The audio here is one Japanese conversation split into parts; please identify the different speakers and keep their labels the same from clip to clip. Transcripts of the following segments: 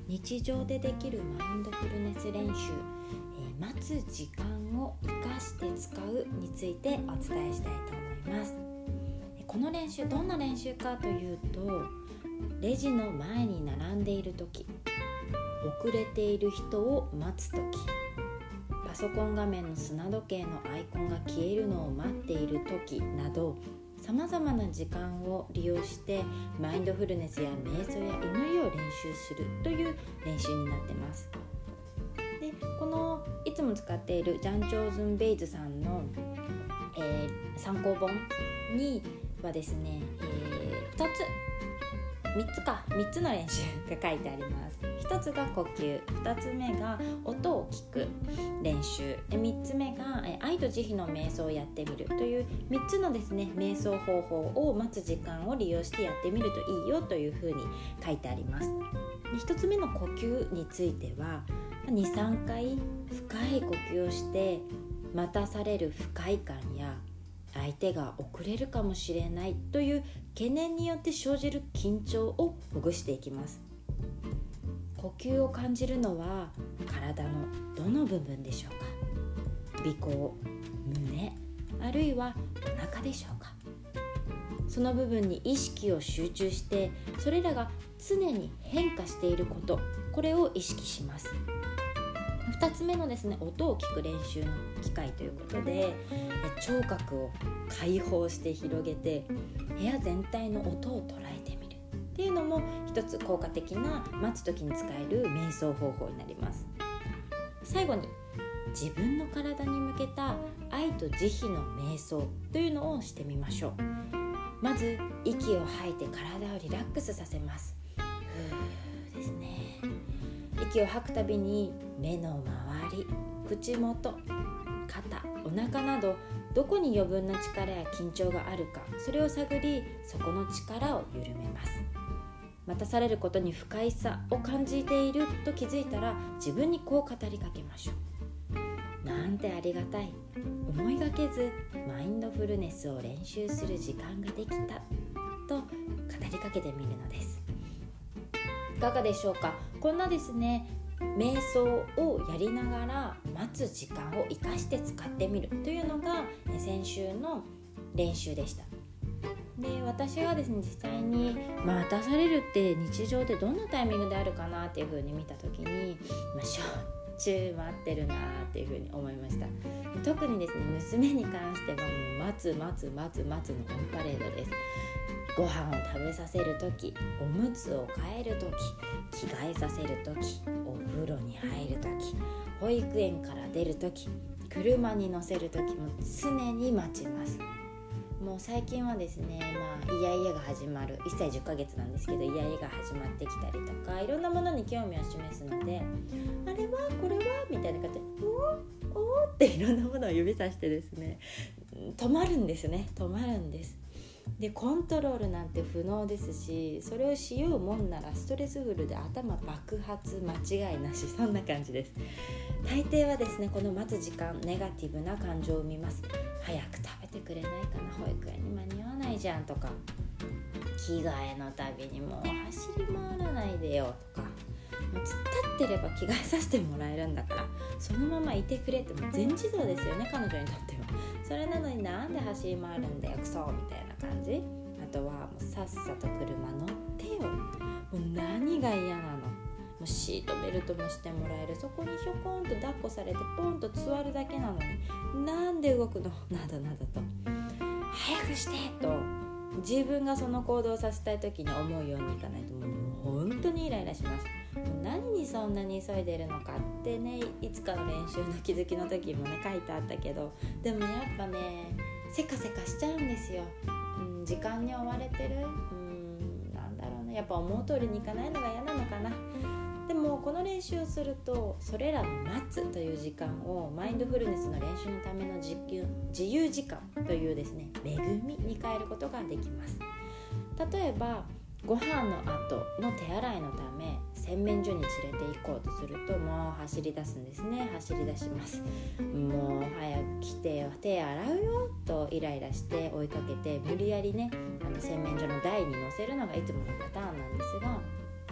Speaker 1: 日常でできるマインドフルネス練習、待つ時間を生かして使うについてお伝えしたいと思います。この練習どんな練習かというと、レジの前に並んでいるとき、遅れている人を待つとき、パソコン画面の砂時計のアイコンが消えるのを待っているときなど、さまざまな時間を利用してマインドフルネスや瞑想や祈りを練習するという練習になってます。で、このいつも使っているジャン・チョーズン・ベイズさんの、参考本にはですね、3つの練習が書いてあります。1つが呼吸、2つ目が音を聞く練習、3つ目が愛と慈悲の瞑想をやってみるという3つのですね、瞑想方法を待つ時間を利用してやってみるといいよというふうに書いてあります。で、1つ目の呼吸については 2,3 回深い呼吸をして待たされる不快感や相手が遅れるかもしれないという懸念によって生じる緊張をほぐしていきます。呼吸を感じるのは体のどの部分でしょうか？鼻孔、胸、あるいはお腹でしょうか？その部分に意識を集中して、それらが常に変化していること、これを意識します。2つ目のですね、音を聞く練習の機会ということで、聴覚を開放して広げて部屋全体の音を捉えてみるっていうのも一つ効果的な待つ時に使える瞑想方法になります。最後に自分の体に向けた愛と慈悲の瞑想というのをしてみましょう。まず息を吐いて体をリラックスさせます。ふーですね。息を吐くたびに目の周り、口元、肩、お腹などどこに余分な力や緊張があるか、それを探り、そこの力を緩めます。待たされることに不快さを感じていると気づいたら、自分にこう語りかけましょう。なんてありがたい。思いがけずマインドフルネスを練習する時間ができたと語りかけてみるのです。いかがでしょうか？こんなですね、瞑想をやりながら待つ時間を生かして使ってみるというのが先週の練習でした。で、私がですね、実際に待たされるって日常でどんなタイミングであるかなっていう風に見た時に、しょっちゅう待ってるなっていう風に思いました。特にですね、娘に関してはもう待つのオンパレードです。ご飯を食べさせるとき、おむつを替えるとき、着替えさせるとき、お風呂に入るとき、保育園から出るとき、車に乗せるときも常に待ちます。もう最近はですね、イヤイヤが始まる、1歳10ヶ月なんですけど、イヤイヤが始まってきたりとか、いろんなものに興味を示すので、あれはこれはみたいな感じで、おっていろんなものを指さしてですね、止まるんです。で、コントロールなんて不能ですし、それをしようもんならストレスフルで頭爆発間違いなし、そんな感じです。大抵はですね、この待つ時間、ネガティブな感情を生みます。早く食べてくれないかな、保育園に間に合わないじゃんとか、着替えのたびにもう走り回らないでよとか、もう突っ立ってれば着替えさせてもらえるんだからそのままいてくれって、もう全自動ですよね、彼女にとっては。それなのになんで走り回るんだよクソみたいな感じ。あとはもうさっさと車乗ってよ、もう何が嫌なの、もうシートベルトもしてもらえる、そこにひょこんと抱っこされてポンと座るだけなのになんで動くのなどなどと、早くしてと自分がその行動をさせたい時に思うようにいかないと、もう本当にイライラします。何にそんなに急いでるのかってね、いつかの練習の気づきの時もね書いてあったけど、でもやっぱね、せかせかしちゃうんですよ。時間に追われてる、なんだろうね、やっぱ思う通りにいかないのが嫌なのかな。でもこの練習をすると、それらの待つという時間をマインドフルネスの練習のための自由時間というですね、恵みに変えることができます。例えばご飯の後の手洗いのため洗面所に連れて行こうとすると、もう走り出します。もう早く来てよ、手洗うよとイライラして追いかけて、無理やりね、洗面所の台に乗せるのがいつものパターンなんですが、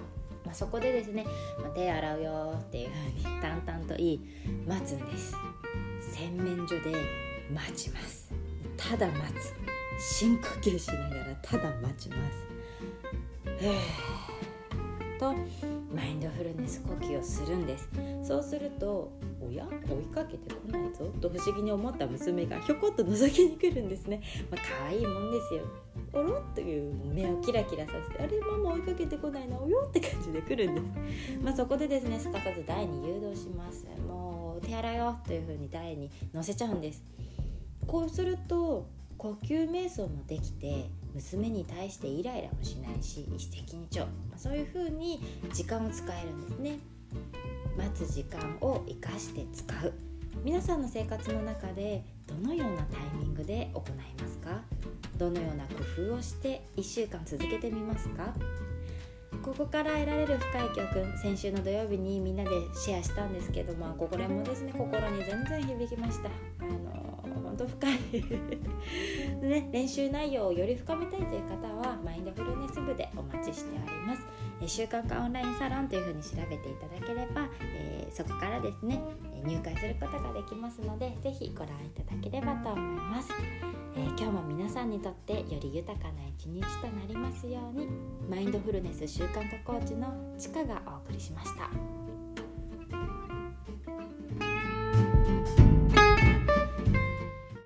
Speaker 1: そこでですね、手洗うよっていう風に淡々と言い待つんです。洗面所で待ちます。ただ待つ、深呼吸しながらただ待ちます。とマインドフルネス呼吸をするんです。そうすると、おや追いかけてこないぞと不思議に思った娘がひょこっと覗きに来るんですね。可愛いもんですよ。おろっという目をキラキラさせて、あれママ追いかけてこないな、およって感じで来るんです。そこでですね、すかさず台に誘導します。もう手洗いよという風に台に乗せちゃうんです。こうすると呼吸瞑想もできて、娘に対してイライラもしないし、一石二鳥、そういう風に時間を使えるんですね。待つ時間を生かして使う。皆さんの生活の中でどのようなタイミングで行いますか？どのような工夫をして1週間続けてみますか？ここから得られる深い教訓、先週の土曜日にみんなでシェアしたんですけど、これもですね、心に全然響きました。本当深いで、ね、練習内容をより深めたいという方はマインドフルネス部でお待ちしております。習慣化オンラインサロンというふうに調べていただければ、そこからですね入会することができますので、ぜひご覧いただければと思います。今日も皆さんにとってより豊かな一日となりますように。マインドフルネス習慣化コーチのちかがお送りしました。